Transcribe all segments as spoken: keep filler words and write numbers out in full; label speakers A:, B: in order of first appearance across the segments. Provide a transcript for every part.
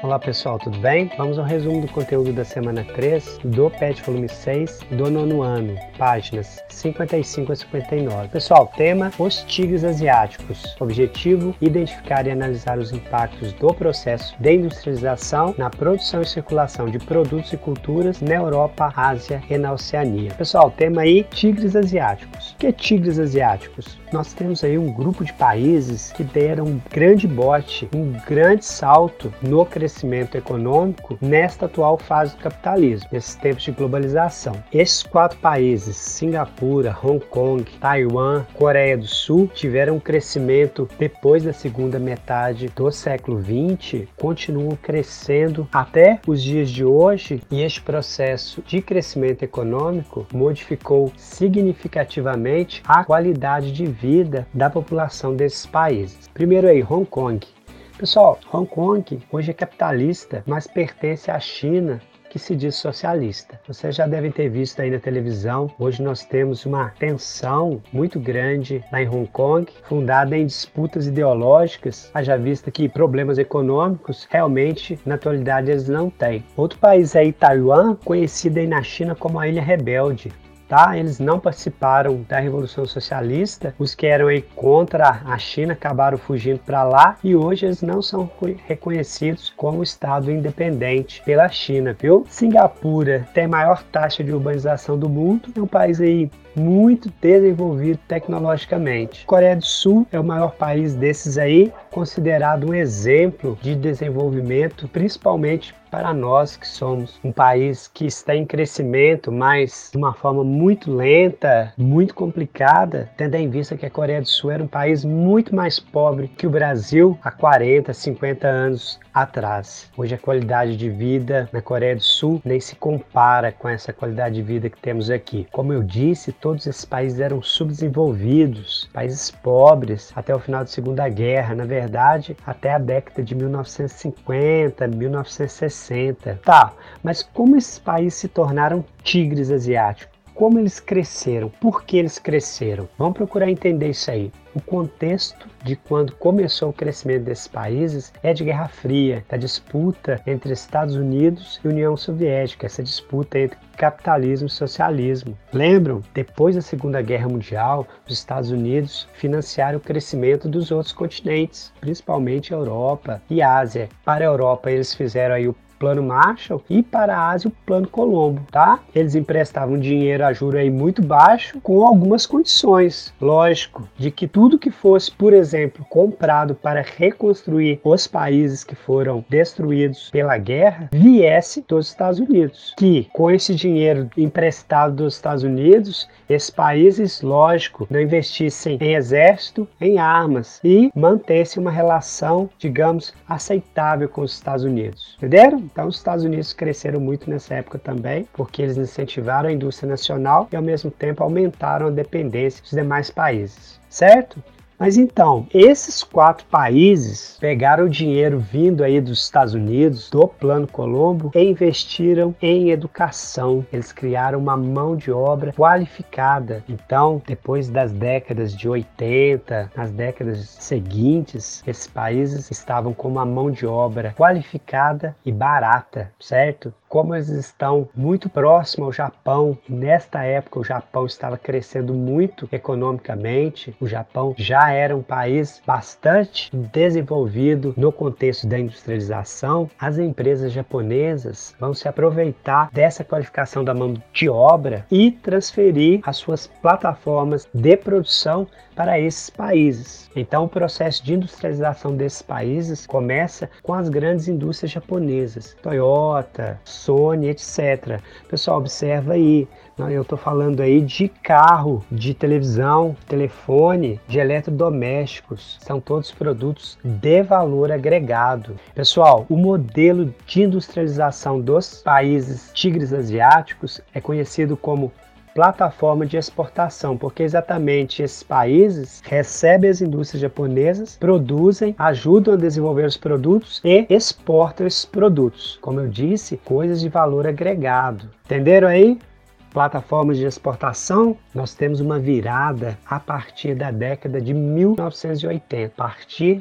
A: Olá pessoal, tudo bem? Vamos ao resumo do conteúdo da semana três do P E T volume seis do nono ano, páginas cinquenta e cinco a cinquenta e nove. Pessoal, tema: os tigres asiáticos. Objetivo: identificar e analisar os impactos do processo de industrialização na produção e circulação de produtos e culturas na Europa, Ásia e na Oceania. Pessoal, tema aí: tigres asiáticos. O que é tigres asiáticos? Nós temos aí um grupo de países que deram um grande bote, um grande salto no crescimento crescimento econômico nesta atual fase do capitalismo, nesses tempos de globalização. Esses quatro países, Singapura, Hong Kong, Taiwan, Coreia do Sul, tiveram um crescimento depois da segunda metade do século vinte, continuam crescendo até os dias de hoje, e este processo de crescimento econômico modificou significativamente a qualidade de vida da população desses países. Primeiro aí, Hong Kong. Pessoal, Hong Kong hoje é capitalista, mas pertence à China, que se diz socialista. Vocês já devem ter visto aí na televisão, hoje nós temos uma tensão muito grande lá em Hong Kong, fundada em disputas ideológicas, haja vista que problemas econômicos realmente na atualidade eles não têm. Outro país aí, Taiwan, conhecido aí na China como a Ilha Rebelde. Tá? Eles não participaram da Revolução Socialista, os que eram aí contra a China acabaram fugindo para lá e hoje eles não são reconhecidos como Estado independente pela China, viu? Singapura tem a maior taxa de urbanização do mundo, é um país aí muito desenvolvido tecnologicamente. Coreia do Sul é o maior país desses aí, considerado um exemplo de desenvolvimento, principalmente para nós que somos um país que está em crescimento, mas de uma forma muito lenta, muito complicada, tendo em vista que a Coreia do Sul era um país muito mais pobre que o Brasil há quarenta, cinquenta anos atrás. Hoje a qualidade de vida na Coreia do Sul nem se compara com essa qualidade de vida que temos aqui. Como eu disse, todos esses países eram subdesenvolvidos, países pobres, até o final da Segunda Guerra, na verdade, até a década de mil novecentos e cinquenta, mil novecentos e sessenta. Tá, mas como esses países se tornaram tigres asiáticos? Como eles cresceram? Por que eles cresceram? Vamos procurar entender isso aí. O contexto de quando começou o crescimento desses países é de Guerra Fria, da disputa entre Estados Unidos e União Soviética, essa disputa entre capitalismo e socialismo. Lembram? Depois da Segunda Guerra Mundial, os Estados Unidos financiaram o crescimento dos outros continentes, principalmente a Europa e a Ásia. Para a Europa, eles fizeram aí o Plano Marshall e para a Ásia o Plano Colombo, tá? Eles emprestavam dinheiro a juro aí muito baixo com algumas condições, lógico, de que tudo que fosse, por exemplo, comprado para reconstruir os países que foram destruídos pela guerra, viesse dos Estados Unidos. Que com esse dinheiro emprestado dos Estados Unidos, esses países, lógico, não investissem em exército, em armas e mantessem uma relação, digamos, aceitável com os Estados Unidos. Entenderam? Então os Estados Unidos cresceram muito nessa época também, porque eles incentivaram a indústria nacional e ao mesmo tempo aumentaram a dependência dos demais países, certo? Mas então, esses quatro países pegaram o dinheiro vindo aí dos Estados Unidos, do Plano Colombo, e investiram em educação. Eles criaram uma mão de obra qualificada. Então, depois das décadas de oitenta, nas décadas seguintes, esses países estavam com uma mão de obra qualificada e barata, certo? Como eles estão muito próximos ao Japão, e nesta época o Japão estava crescendo muito economicamente, o Japão já era um país bastante desenvolvido no contexto da industrialização, as empresas japonesas vão se aproveitar dessa qualificação da mão de obra e transferir as suas plataformas de produção para esses países. Então o processo de industrialização desses países começa com as grandes indústrias japonesas, Toyota, Sony, etcétera. Pessoal, observa aí, eu estou falando aí de carro, de televisão, telefone, de eletrodomésticos, são todos produtos de valor agregado. Pessoal, o modelo de industrialização dos países tigres asiáticos é conhecido como plataforma de exportação, porque exatamente esses países recebem as indústrias japonesas, produzem, ajudam a desenvolver os produtos e exportam esses produtos. Como eu disse, coisas de valor agregado. Entenderam aí? Plataformas de exportação, nós temos uma virada a partir da década de mil novecentos e oitenta. A partir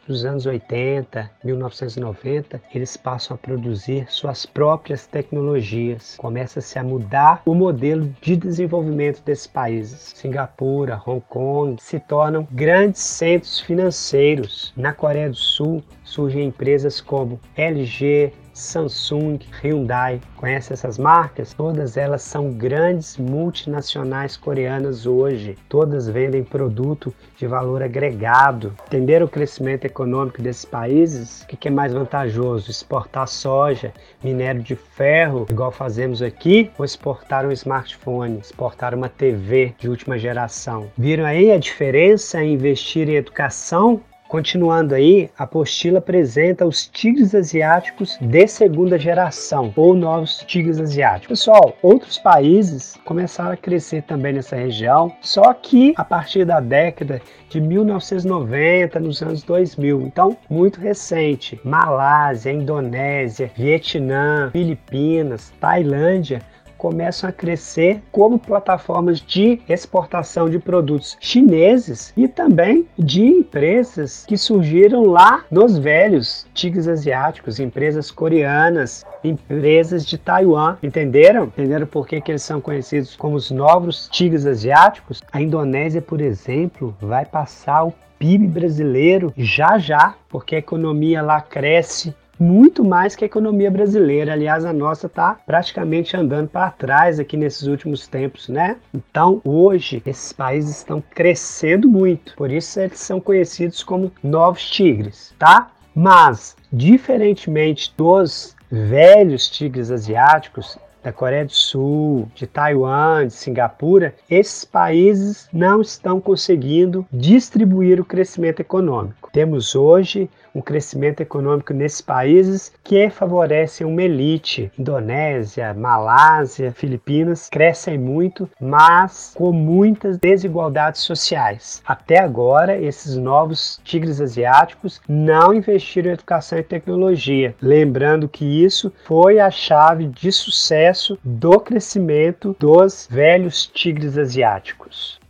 A: dos anos oitenta, mil novecentos e noventa, eles passam a produzir suas próprias tecnologias. Começa-se a mudar o modelo de desenvolvimento desses países. Singapura, Hong Kong se tornam grandes centros financeiros. Na Coreia do Sul surgem empresas como L G, Samsung, Hyundai. Conhece essas marcas? Todas elas são grandes multinacionais coreanas hoje. Todas vendem produto de valor agregado. Entenderam o crescimento econômico desses países? O que é mais vantajoso? Exportar soja, minério de ferro, igual fazemos aqui, ou exportar um smartphone, exportar uma T V de última geração? Viram aí a diferença em investir em educação? Continuando aí, a apostila apresenta os tigres asiáticos de segunda geração, ou novos tigres asiáticos. Pessoal, outros países começaram a crescer também nessa região, só que a partir da década de mil novecentos e noventa, nos anos dois mil, então muito recente. Malásia, Indonésia, Vietnã, Filipinas, Tailândia começam a crescer como plataformas de exportação de produtos chineses e também de empresas que surgiram lá nos velhos tigres asiáticos, empresas coreanas, empresas de Taiwan. Entenderam? Entenderam por que, que eles são conhecidos como os novos tigres asiáticos? A Indonésia, por exemplo, vai passar o P I B brasileiro já já, porque a economia lá cresce muito mais que a economia brasileira. Aliás, a nossa está praticamente andando para trás aqui nesses últimos tempos, né? Então, hoje, esses países estão crescendo muito. Por isso, eles são conhecidos como novos tigres, tá? Mas, diferentemente dos velhos tigres asiáticos, da Coreia do Sul, de Taiwan, de Singapura, esses países não estão conseguindo distribuir o crescimento econômico. Temos hoje um crescimento econômico nesses países que favorecem uma elite. Indonésia, Malásia, Filipinas crescem muito, mas com muitas desigualdades sociais. Até agora, esses novos tigres asiáticos não investiram em educação e tecnologia. Lembrando que isso foi a chave de sucesso do crescimento dos velhos tigres asiáticos.